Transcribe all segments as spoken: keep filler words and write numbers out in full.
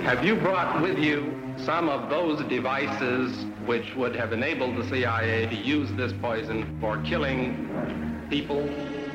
Have you brought with you some of those devices which would have enabled the C I A to use this poison for killing people?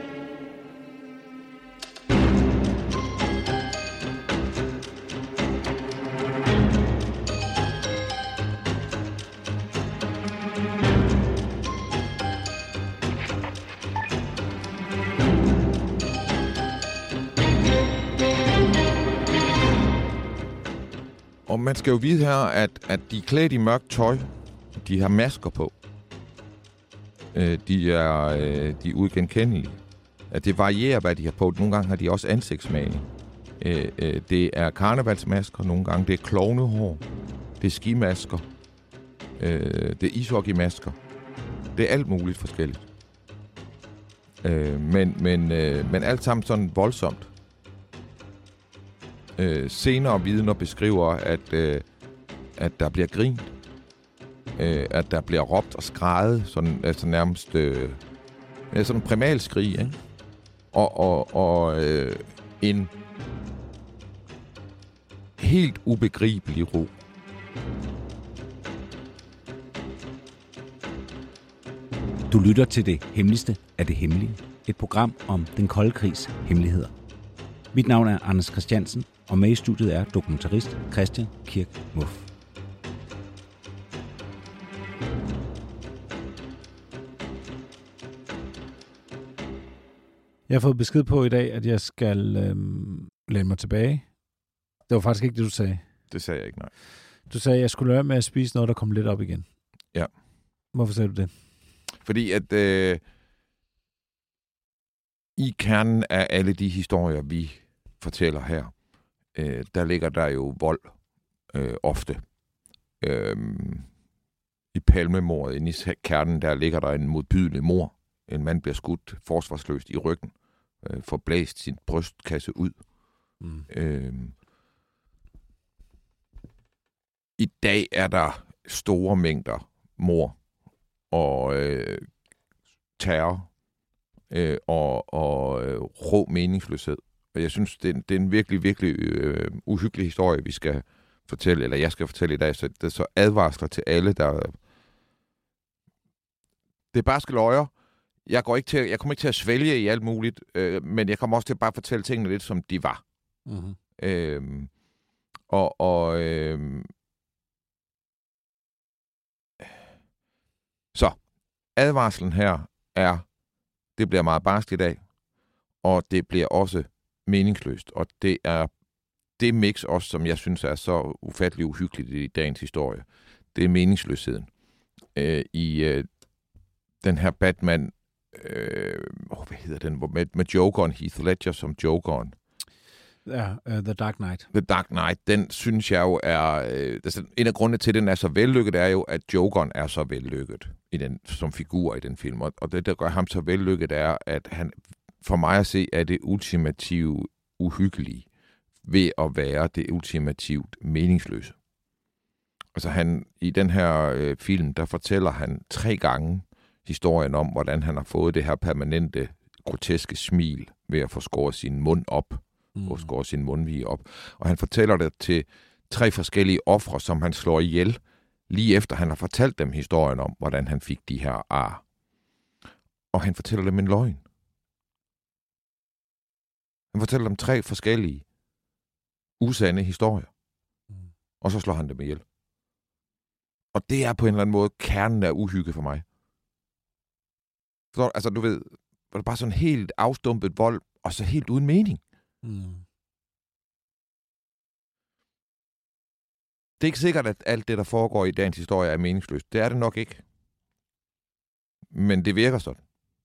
Og man skal jo vide her, at, at de er klædt i mørkt tøj. De har masker på. Øh, de, er, øh, de er uigenkendelige. At det varierer, hvad de har på. Nogle gange har de også ansigtsmaling. Øh, øh, det er karnevalsmasker nogle gange. Det er klovnehår. Det er skimasker. Øh, det er ishockeymasker. Det er alt muligt forskelligt. Øh, men, men, øh, men alt sammen sådan voldsomt. Øh, senere vidner beskriver, at, øh, at der bliver grint, øh, at der bliver råbt og skrædet, sådan, altså nærmest øh, sådan en primalskrig, ikke? Og, og, og øh, en helt ubegribelig ro. Du lytter til Det Hemmeligste af det Hemmelige, et program om den kolde krigs hemmeligheder. Mit navn er Anders Christiansen, og med i studiet er dokumentarist Christian Kirk Muff. Jeg har fået besked på i dag, at jeg skal øhm, læne mig tilbage. Det var faktisk ikke det, du sagde. Det sagde jeg ikke, nej. Du sagde, at jeg skulle lade være med at spise noget, der kom lidt op igen. Ja. Hvorfor sagde du det? Fordi at øh, i kernen af alle de historier, vi fortæller her, øh, der ligger der jo vold øh, ofte. Øh, I Palmemordet, inde i kernen, der ligger der en modbydelig mor. En mand bliver skudt forsvarsløst i ryggen, øh, får blæst sin brystkasse ud. Mm. Øh, I dag er der store mængder mord og øh, terror øh, og, og øh, rå meningsløshed. Og jeg synes, det er, det er en virkelig, virkelig øh, uhyggelig historie, vi skal fortælle, eller jeg skal fortælle i dag. Så det er så advarsler til alle, der... Det er bare skeløjer. Jeg, går ikke til, jeg kommer ikke til at svælge i alt muligt, øh, men jeg kommer også til at bare fortælle tingene lidt, som de var. Mm-hmm. Øh, og... og øh, Så, advarslen her er, det bliver meget barskt i dag, og det bliver også meningsløst. Og det er det mix også, som jeg synes er så ufattelig uhyggeligt i dagens historie. Det er meningsløsheden. Øh, I øh, den her Batman, øh, oh, hvad hedder den, med, med Jokeren, Heath Ledger som Jokeren. Ja, uh, The Dark Knight. The Dark Knight, den synes jeg jo er... Øh, altså, en af grundene til, at den er så vellykket, er jo, at Jokeren er så vellykket i den, som figur i den film. Og, og det, der gør ham så vellykket, er, at han, for mig at se, er det ultimative uhyggelige ved at være det ultimativt meningsløse. Altså han, i den her øh, film, der fortæller han tre gange historien om, hvordan han har fået det her permanente, groteske smil ved at få skåret sin mund op. Mm. Og skåret sin mundvige op. Og han fortæller det til tre forskellige ofre, som han slår ihjel, lige efter han har fortalt dem historien om, hvordan han fik de her ar. Og han fortæller dem en løgn. Han fortæller dem tre forskellige usande historier. Mm. Og så slår han dem ihjel. Og det er på en eller anden måde kernen af uhygge for mig. Så, altså, du ved, det er bare sådan helt afstumpet vold, og så helt uden mening. Mm. Det er ikke sikkert, at alt det, der foregår i dagens historie, er meningsløst. Det er det nok ikke. Men det virker sådan.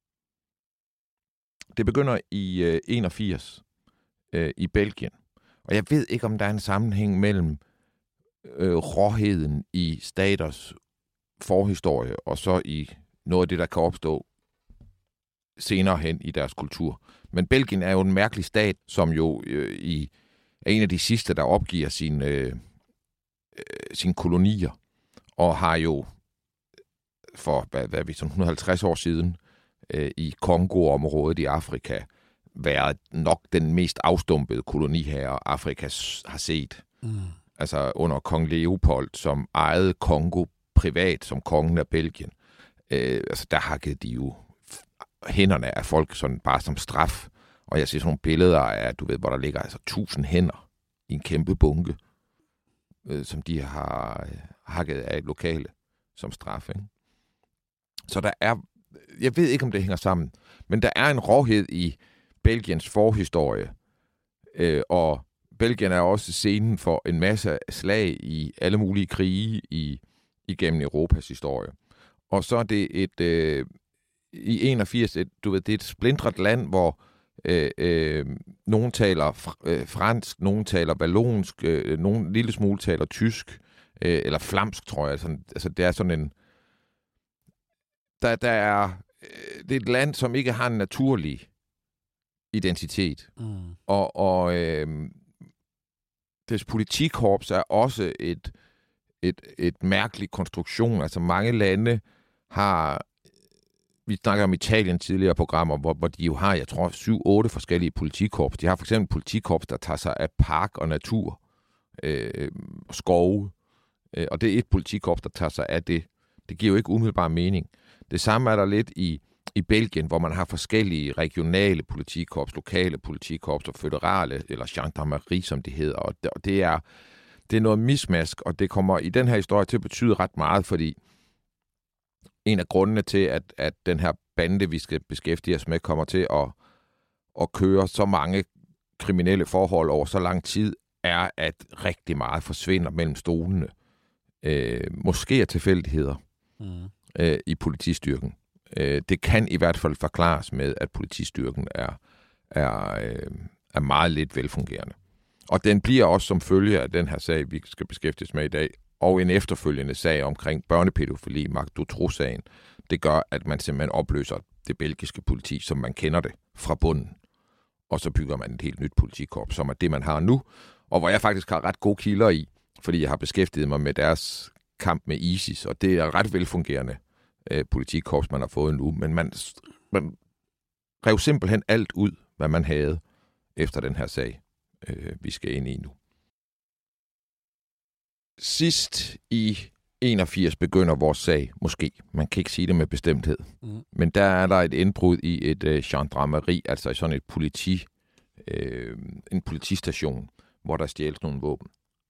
Det begynder i øh, enogfirs øh, i Belgien. Og jeg ved ikke, om der er en sammenhæng mellem øh, råheden i staters forhistorie, og så i noget af det, der kan opstå senere hen i deres kultur. Men Belgien er jo en mærkelig stat, som jo øh, i, er en af de sidste, der opgiver sine øh, sin kolonier, og har jo for, hvad, hvad er vi, sådan et hundrede og halvtreds år siden, øh, i Kongo-området i Afrika, været nok den mest afstumpede koloni her, Afrika har set. Mm. altså under kong Leopold, som ejede Kongo privat som kongen af Belgien. Øh, altså der hakkede de jo hænderne af folk sådan bare som straf. Og jeg ser sådan nogle billeder af, du ved, hvor der ligger altså tusind hænder i en kæmpe bunke, øh, som de har øh, hakket af et lokale som straf. Ikke? Så der er, jeg ved ikke, om det hænger sammen, men der er en råhed i Belgiens forhistorie, øh, og Belgien er også scenen for en masse slag i alle mulige krige i, igennem Europas historie. Og så er det et, øh, i enogfirs, et, du ved, det er et splintret land, hvor øh, øh, nogen taler fr- øh, fransk, nogen taler vallonsk, øh, nogen lille smule taler tysk, øh, eller flamsk, tror jeg. Sådan, altså, det er sådan en... Der, der er... Øh, det er et land, som ikke har en naturlig identitet. Mm. Og, og øh, dets politikorps er også et, et, et mærkeligt konstruktion. Altså mange lande har... Vi snakker om Italien tidligere programmer, hvor, hvor de jo har, jeg tror, syv otte forskellige politikorps. De har for eksempel politikorps, der tager sig af park og natur, øh, skove. Øh, og det er et politikorps, der tager sig af det. Det giver jo ikke umiddelbar mening. Det samme er der lidt i, i Belgien, hvor man har forskellige regionale politikorps, lokale politikorps og føderale, eller gendarmerie, som det hedder. Og det, og det er, det er noget mismask, og det kommer i den her historie til at betyde ret meget, fordi en af grundene til, at, at den her bande, vi skal beskæftige os med, kommer til at, at køre så mange kriminelle forhold over så lang tid, er, at rigtig meget forsvinder mellem stolene. Øh, måske er tilfældigheder mm. øh, i politistyrken. Øh, det kan i hvert fald forklares med, at politistyrken er, er, øh, er meget lidt velfungerende. Og den bliver også som følge af den her sag, vi skal beskæftige os med i dag, og en efterfølgende sag omkring børnepædofili, Marc Dutroux-sagen, det gør, at man simpelthen opløser det belgiske politi, som man kender det, fra bunden. Og så bygger man et helt nyt politikorps, som er det, man har nu, og hvor jeg faktisk har ret gode kilder i, fordi jeg har beskæftiget mig med deres kamp med ISIS, og det er ret velfungerende øh, politikorps, man har fået nu, men man, man rev simpelthen alt ud, hvad man havde efter den her sag, øh, vi skal ind i nu. Sidst i enogfirs begynder vores sag, måske. Man kan ikke sige det med bestemthed. Mm. Men der er der et indbrud i et øh, gendarmerie, altså sådan et politi, øh, en politistation, hvor der stjæles nogle våben.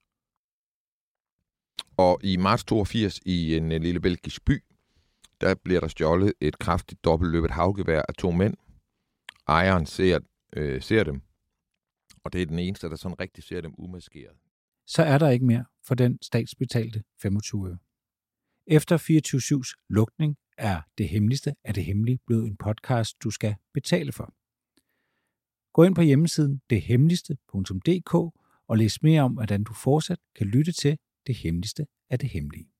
Og i marts toogfirs i en øh, lille belgisk by, der bliver der stjålet et kraftigt dobbeltløbet havgevær af to mænd. Ejeren ser, øh, ser dem, og det er den eneste, der sådan rigtig ser dem umaskeret. Så er der ikke mere for den statsbetalte femogtyve øre. Efter fireogtyve syvs lukning er Det Hemmeligste af det Hemmelige blevet en podcast, du skal betale for. Gå ind på hjemmesiden det hemmeligste punktum d k og læs mere om, hvordan du fortsat kan lytte til Det Hemmeligste af det Hemmelige.